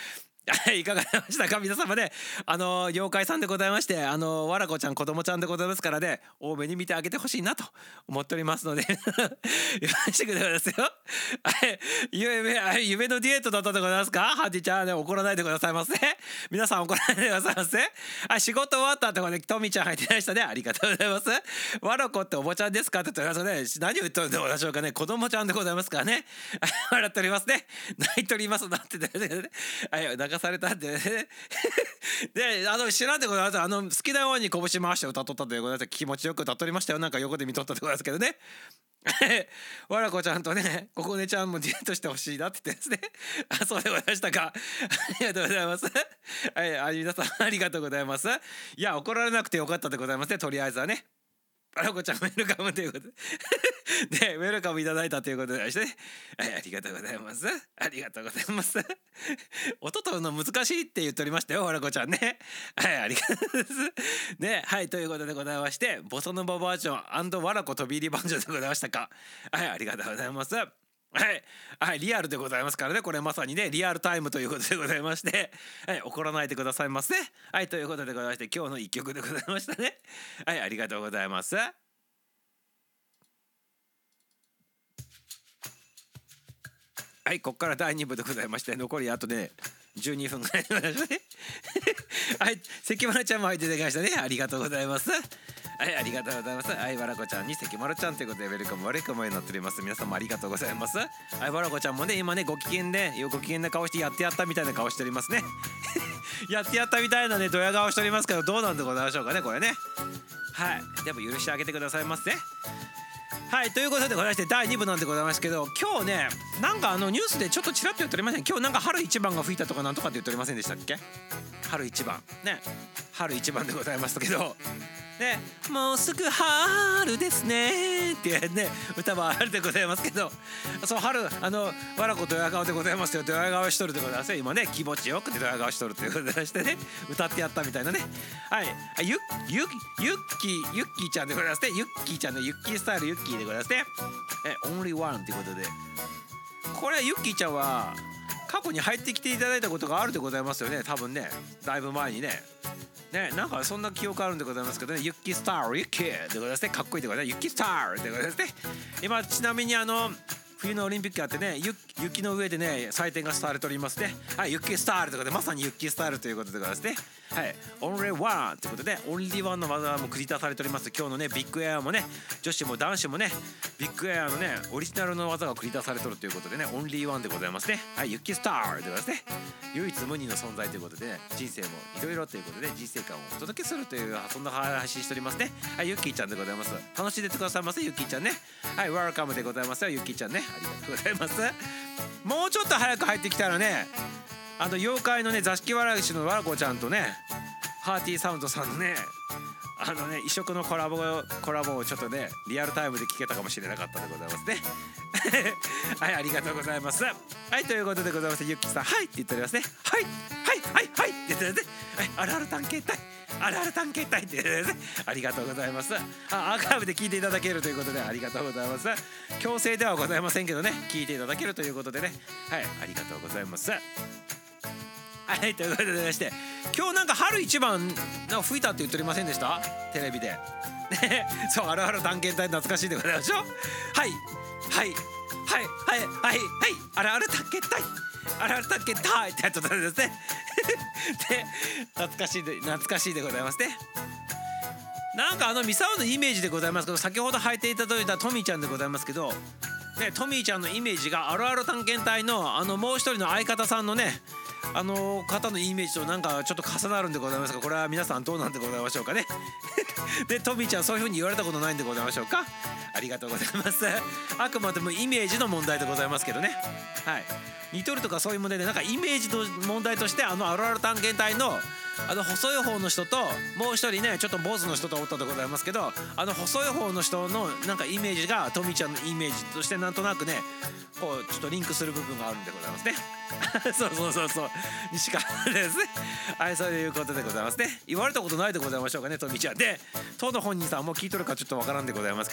はい、いかがでしたか皆様ね。妖怪さんでございまして、わらこちゃん子供ちゃんでございますからね、多めに見てあげてほしいなと思っておりますのでよろしくでございますよ。はい、夢のデュエットだったでございますか。ハーティちゃんね、怒らないでくださいませ。皆さん怒らないでくださいませ。はい、仕事終わったってことでトミちゃん入ってない人ね、ありがとうございます。わらこっておばちゃんですかって言っておりますね。何を言ってるんでございましょうかね。子供ちゃんでございますからね。笑っておりますね。泣いておりますなってね。はい、泣かされたんでね。で、知らんでございます。好きなように拳回して歌っとったでございます。気持ちよく歌っとりましたよ。なんか横で見とったでございますけどね。わらこちゃんとね、ここねちゃんもデュエットしてほしいなって言ってですね。あ、そうでございましたか。ありがとうございます。はい、皆さんありがとうございます。いや、怒られなくてよかったでございますね。とりあえずはね。わらこちゃんウェルカムということででウェルカムいただいたということでしてね、はい、ありがとうございます。ありがとうございます音取るの難しいって言っておりましたよ、わらこちゃんね。はい、ありがとうございますね。はい、ということでございまして、ボソノババージョン&わらこ飛び入りバージョンでございましたか。はい、ありがとうございます。はい、はい、リアルでございますからね。これまさにねリアルタイムということでございまして、はい、怒らないでくださいませ。はい、ということでございまして、今日の一曲でございましたね。はい、ありがとうございます。はい、ここから第2部でございまして、残りあとね12分ぐらいでございましたね。はい、関丸ちゃんも入っていただきましたね。ありがとうございます。はい、ありがとうございます。はい、わらこちゃんに関丸ちゃんということでウェルカムワルカムになっております。皆様ありがとうございます。はい、わらこちゃんもね今ねご機嫌な顔してやってやったみたいな顔しておりますね。やってやったみたいなねドヤ顔しておりますけど、どうなんでございましょうかね、これね。はい、でも許してあげてくださいませ。はい、ということでございまして第2部なんでございますけど、今日ねなんかニュースでちょっとちらっと言っておりません。今日なんか春一番が吹いたとかなんとかって言っておりませんでしたっけ。春一番ね、春一番でございましたけどね、もうすぐ春ですねっていうね歌はあるでございますけど、そう春わらこドヤ顔でございますよ。ドヤ顔しとるでございますよ。今ね気持ちよくてドヤ顔しとるということでしてね、歌ってやったみたいなね。はい、ユッキーちゃんでございますね。ユッキーちゃんのユッキースタイルユッキーでございますね。オンリーワンということで、これユッキーちゃんは過去に入ってきていただいたことがあるでございますよね。多分ねだいぶ前にね。ね、なんかそんな記憶あるんでございますけどね。ユッキースターユッキーでございますね。かっこいいでございます。ユッキースターでございますね。今ちなみに冬のオリンピックあってね、雪の上でね採点がされておりますね。はい、ユッキースタイルということで、まさにユッキースタイルということでございますね。はい、オンリーワンということでオンリーワンの技も繰り出されております。今日のねビッグエアもね女子も男子もねビッグエアのねオリジナルの技が繰り出されておるということでね、オンリーワンでございますね。はい、ユッキースターでございますね。唯一無二の存在ということで、ね、人生もいろいろということで人生観をお届けするというそんな配信しておりますね。はい、ユッキーちゃんでございます。楽しんでてくださいませ、ユッキーちゃんね。はい、ウェルカムでございますよ、ユッキーちゃんね。ありがとうございます。もうちょっと早く入ってきたらね、妖怪のね座敷わらしのわらこちゃんとねハーティーサウンドさんのね異色のコラボをちょっとねリアルタイムで聞けたかもしれなかったでございますね。はい、ありがとうございます。はい、ということでございます。ゆっきーさんはいって言っておりますね。はいはいはいはいって言っておりますね。はい、あるある探検隊あるある探検隊って言っておりますね。ありがとうございます。アーカイブで聞いていただけるということでありがとうございます。強制ではございませんけどね、聞いていただけるということでね、はい、ありがとうございます。はい、ということでまして今日なんか春一番なんか吹いたって言っておりませんでしたテレビで。ね、そう、あるある探検隊懐かしいでございましょう。はいはいはいはいはいはい、あるある探検隊あるある探検隊ってやってたんですね。で懐かしいでございますね。なんかミサオのイメージでございますけど、先ほど履いていただいたトミーちゃんでございますけどね、トミーちゃんのイメージがあるある探検隊のもう一人の相方さんのね方のイメージとなんかちょっと重なるんでございますが、これは皆さんどうなんでございましょうかね。でトミーちゃんそういう風に言われたことないんでございましょうか。ありがとうございます。あくまでもイメージの問題でございますけどね。はい、似とるとかそういう問題でなんかイメージの問題としてあるある探検隊の細い方の人ともう一人ねちょっと坊主の人とおったでございますけど、細い方の人のなんかイメージがトミーちゃんのイメージとしてなんとなくねこうちょっとリンクする部分があるんでございますね。そう西川ですね。はい、そういうことでございますね。言われたことないでございましょうかね、トミーちゃんで。当の本人さんも聞いとるかちょっとわからんでございますけどね。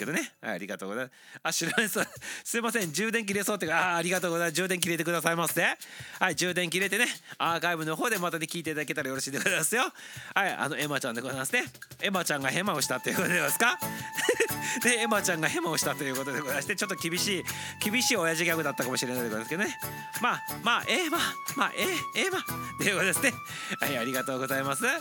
はい、ありがとうございます。あ、白根さん、すいません、充電切れそうってか、ありがとうございます。充電切れてくださいませ。はい、充電切れてね、アーカイブの方でまたで聞いていただけたらよろしいでございますよ。はい、エマちゃんでございますね。エマちゃんがヘマをしたということでございますか。で、エマちゃんがヘマをしたということでございまして、ちょっと厳しい親父ギャグだったかもしれないでございますけどね。エマということですね。はい、ありがとうございます。はい、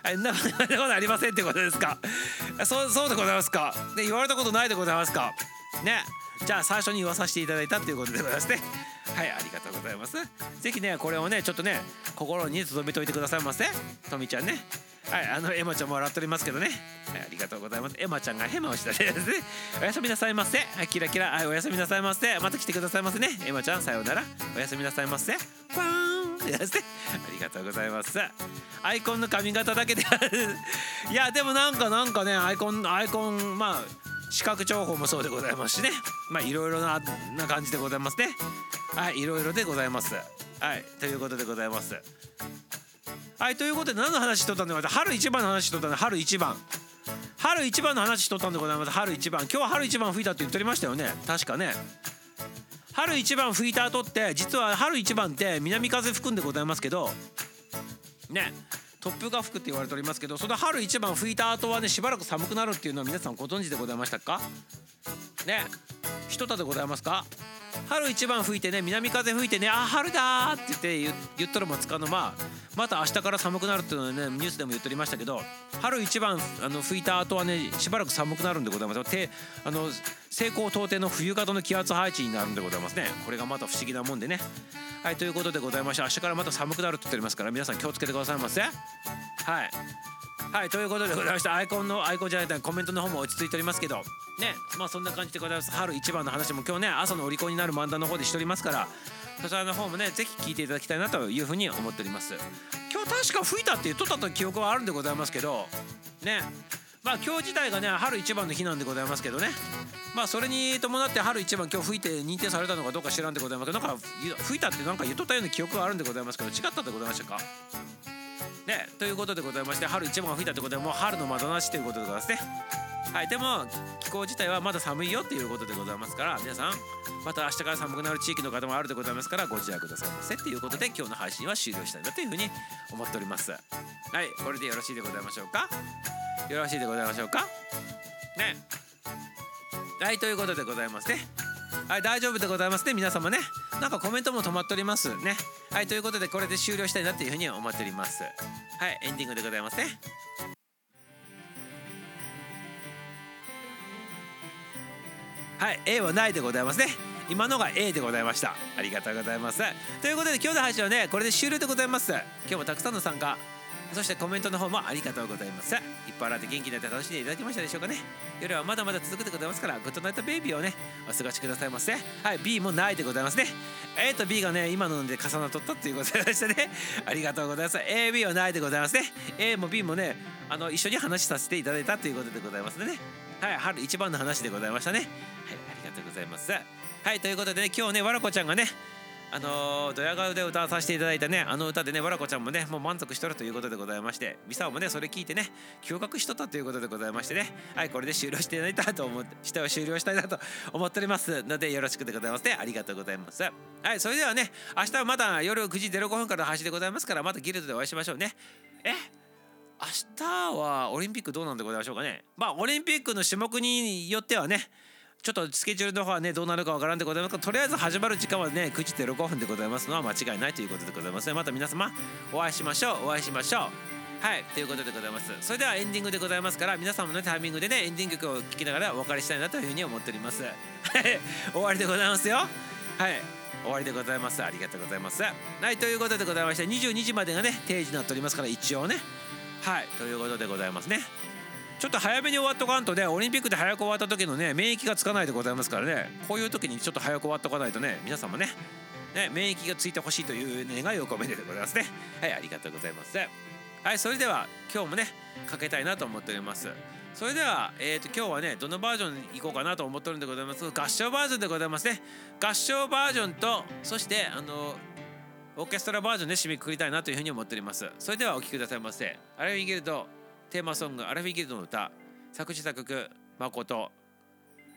そんなことありませんってことですか。そうでございますか。で、言われたことないでございますか。ね、じゃあ最初に言わさせていただいたということでございますね。はい、ありがとうございます。ぜひね、これをね、ちょっとね、心に留めておいてくださいませ。とみちゃんね。はい、エマちゃんも笑っておりますけどね。はい、ありがとうございます。エマちゃんがヘマをしたですね。おやすみなさいませ。はい、キラキラ、はい、おやすみなさいませ。また来てくださいませね。エマちゃん、さようなら。おやすみなさいませ。パーンですね。ありがとうございます。アイコンの髪型だけでいや、でもなんかね、アイコン、まあ視覚情報もそうでございますしね。まあいろいろな感じでございますね。はい、いろいろでございます。はい、ということでございます。はい、ということで何の話しとったんでございます。春一番の話しとったんで、春一番の話しとったんでございます。春一番、今日は春一番吹いたって言っておりましたよね、確かね。春一番吹いた後って、実は春一番って南風吹くんでございますけどね、突風が吹くって言われておりますけど、その春一番吹いた後はね、しばらく寒くなるっていうのは皆さんご存知でございましたかね。一たでございますか。春一番吹いてね、南風吹いてね、あ、春だーって言ったらもつかの間、また明日から寒くなるっていうのはね、ニュースでも言っておりましたけど、春一番吹いた後はね、しばらく寒くなるんでございます。西高東低の冬型の気圧配置になるんでございますね。これがまた不思議なもんでね。はい、ということでございまして、明日からまた寒くなるって言っておりますから、皆さん気をつけてくださいませ。はい、ということでございまして、アイコンじゃない、コメントの方も落ち着いておりますけどね、まあそんな感じでございます。春一番の話も今日ね、朝のお利口になる漫談の方でしておりますから、そちらの方もね、ぜひ聞いていただきたいなというふうに思っております。今日確か吹いたって言っとったと記憶はあるんでございますけどね。まあ今日自体がね、春一番の日なんでございますけどね。まあそれに伴って春一番今日吹いて認定されたのかどうか知らんでございますけど、なんか吹いたってなんか言っとったような記憶があるんでございますけど、違ったでございましたかね。ということでございまして、春一番が吹いたってことで、もう春のまだなしということでございますね。はい、でも気候自体はまだ寒いよっていうことでございますから、皆さんまた明日から寒くなる地域の方もあるでございますから、ご自愛くださいませっていうことで、今日の配信は終了したいなというふうに思っております。はい、これでよろしいでございましょうか。よろしいでございましょうかね。はい、ということでございますね。はい、大丈夫でございますね、皆様ね。なんかコメントも止まっておりますね。はい、ということでこれで終了したいなというふうに思っております。はい、エンディングでございますね。はい、A はないでございますね。今のが A でございました。ありがとうございます。ということで今日の配信はね、これで終了でございます。今日もたくさんの参加、そしてコメントの方もありがとうございます。いっぱいあって元気になって楽しんでいただけましたでしょうかね。夜はまだまだ続くでございますから、グッドナイトベイビーをね、お過ごしくださいませ。はい、 B もないでございますね。A と B がね、今ので重なっとったということでしたね。ありがとうございます。 AB はないでございますね。 A も B もね、一緒に話させていただいたということでございますね。はい、春一番の話でございましたね。はい、ありがとうございます。はい、ということでね、今日ね、わらこちゃんがね、ドヤ顔で歌わさせていただいたね、あの歌でね、わらこちゃんもね、もう満足しとるということでございまして、ミサオもね、それ聞いてね、驚愕しとったということでございましてね。はい、これで終了していただいたと終了したいなと思っておりますので、よろしくでございますね。ありがとうございます。はい、それではね、明日はまだ夜9時05分からの配信でございますから、またギルドでお会いしましょうね。明日はオリンピックどうなんでございましょうかね。まあオリンピックの種目によってはね、ちょっとスケジュールの方はね、どうなるかわからんでございますが、とりあえず始まる時間はね、9時05分でございますのは間違いないということでございますね。また皆様お会いしましょう。はい、ということでございます。それではエンディングでございますから、皆様のタイミングでね、エンディング曲を聴きながらお別れしたいなというふうに思っております。終わりでございますよ。はい、終わりでございます。ありがとうございます。はい、ということでございまして、22時までがね、定時になっておりますから、一応ね。はい、ということでございますね。ちょっと早めに終わっとかんとね、オリンピックで早く終わった時のね、免疫がつかないでございますからね、こういう時にちょっと早く終わっとかないとね、皆さんもね、免疫がついてほしいという願いを込めてでございますね。はい、ありがとうございます。はい、それでは今日もね、かけたいなと思っております。それでは、今日はね、どのバージョン行こうかなと思ってるんでございます。合唱バージョンでございますね。合唱バージョンと、そしてオーケストラバージョンで締めくくりたいなというふうに思っております。それではお聴きくださいませ。アラフィギルドテーマソング、アラフィギルドの歌、作詞作曲誠、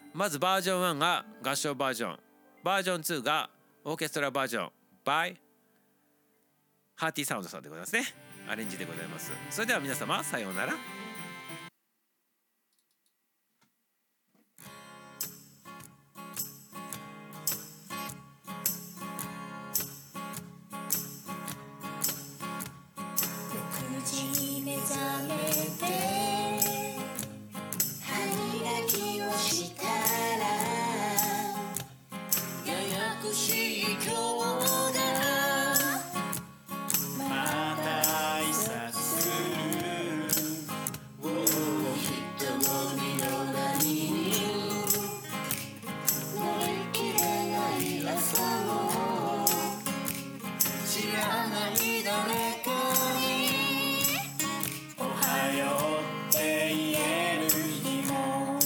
まずバージョン1が合唱バージョン、バージョン2がオーケストラバージョン by ハーティーサウンドさんでございますね。アレンジでございます。それでは皆様さようなら。 6時に目覚めて歯磨きをしたらややこしい今日だまた挨拶する人混みの波に乗り切れない朝も知らない誰かおはようって言える日も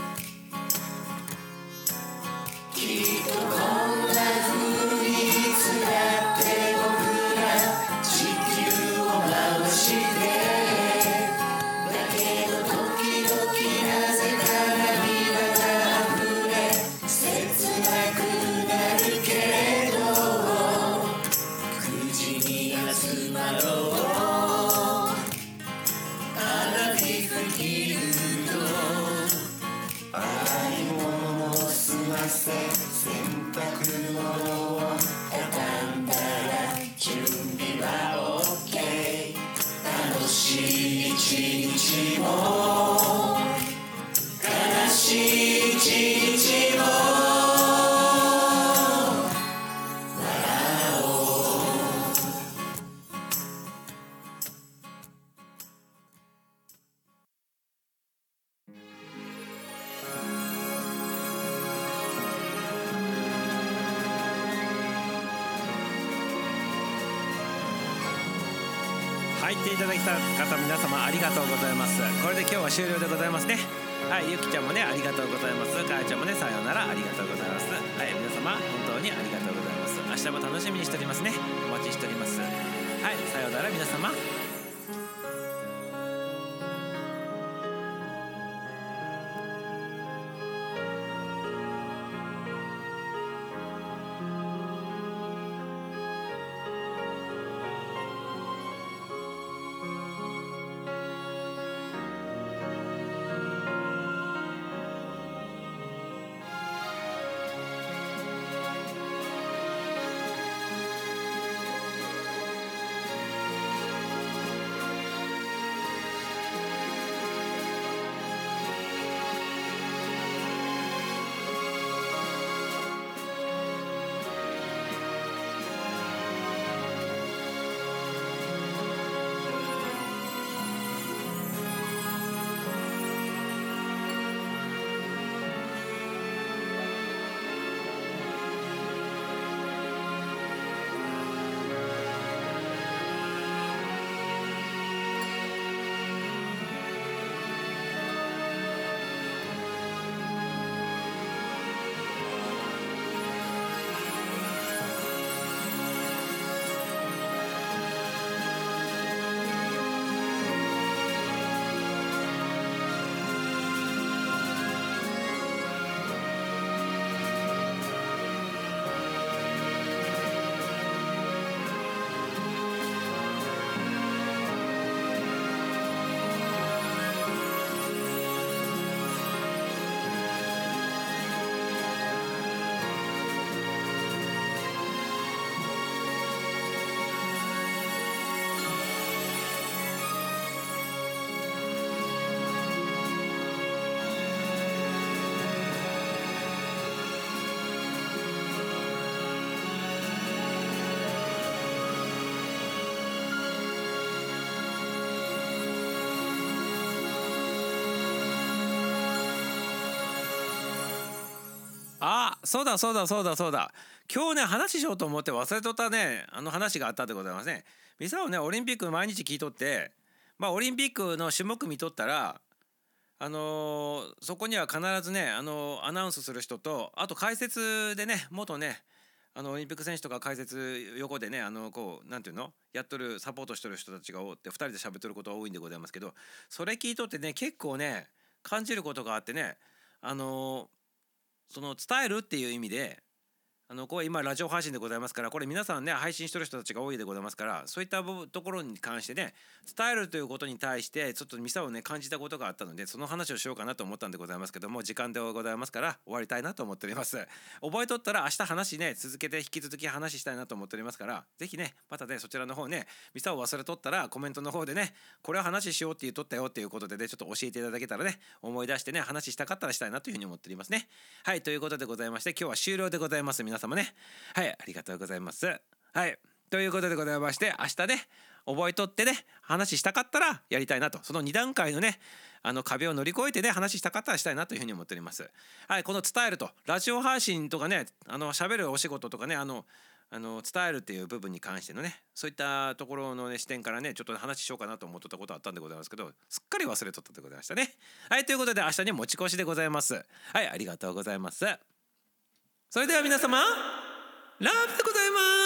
きっとこんな風にいつだって僕ら地球を回してだけど時々なぜか涙が溢れ切なくなるけど9時に集まろう洗い物を済ませ洗濯物を畳んだら準備は OK 楽しい一日も悲しい一日も入っていただきた方皆様ありがとうございます。これで今日は終了でございますね。はい、ゆきちゃんもねありがとうございます。かやちゃんもねさようならありがとうございます。はい、皆様本当にありがとうございます。明日も楽しみにしておりますね。お待ちしております。はい、さようなら皆様。あ、そうだそうだそうだそうだ。今日ね話しようと思って忘れとったね話があったでございますね。ミサオねオリンピック毎日聞いとって、まあオリンピックの種目見とったらそこには必ずねアナウンスする人と、あと解説でね元ねオリンピック選手とか解説横でねこうなんていうのやっとるサポートしてる人たちがおって2人で喋ってることが多いんでございますけど、それ聞いとってね結構ね感じることがあってね、 その伝えるっていう意味でこれ今ラジオ配信でございますから、これ皆さんね配信してる人たちが多いでございますから、そういったところに関してね伝えるということに対してちょっとミサをね感じたことがあったので、その話をしようかなと思ったんでございますけども、時間でございますから終わりたいなと思っております。覚えとったら明日話ね続けて引き続き話したいなと思っておりますから、ぜひねまたねそちらの方ねミサを忘れとったらコメントの方でねこれは話しようって言っとったよっていうことでねちょっと教えていただけたらね、思い出してね話したかったらしたいなというふうに思っておりますね。はい、ということでございまして今日は終了でございます。皆様ね、はい、ありがとうございます。はい、ということでございまして、明日ね覚えとってね話したかったらやりたいなと、その2段階のね壁を乗り越えてね話したかったらしたいなというふうに思っております。はい、この伝えるとラジオ配信とかね喋るお仕事とかね伝えるっていう部分に関してのねそういったところのね視点からねちょっと話しようかなと思っとったことあったんでございますけど、すっかり忘れとったでございましたね。はい、ということで明日に持ち越しでございます。はい、ありがとうございます。それでは皆様ラブでございます。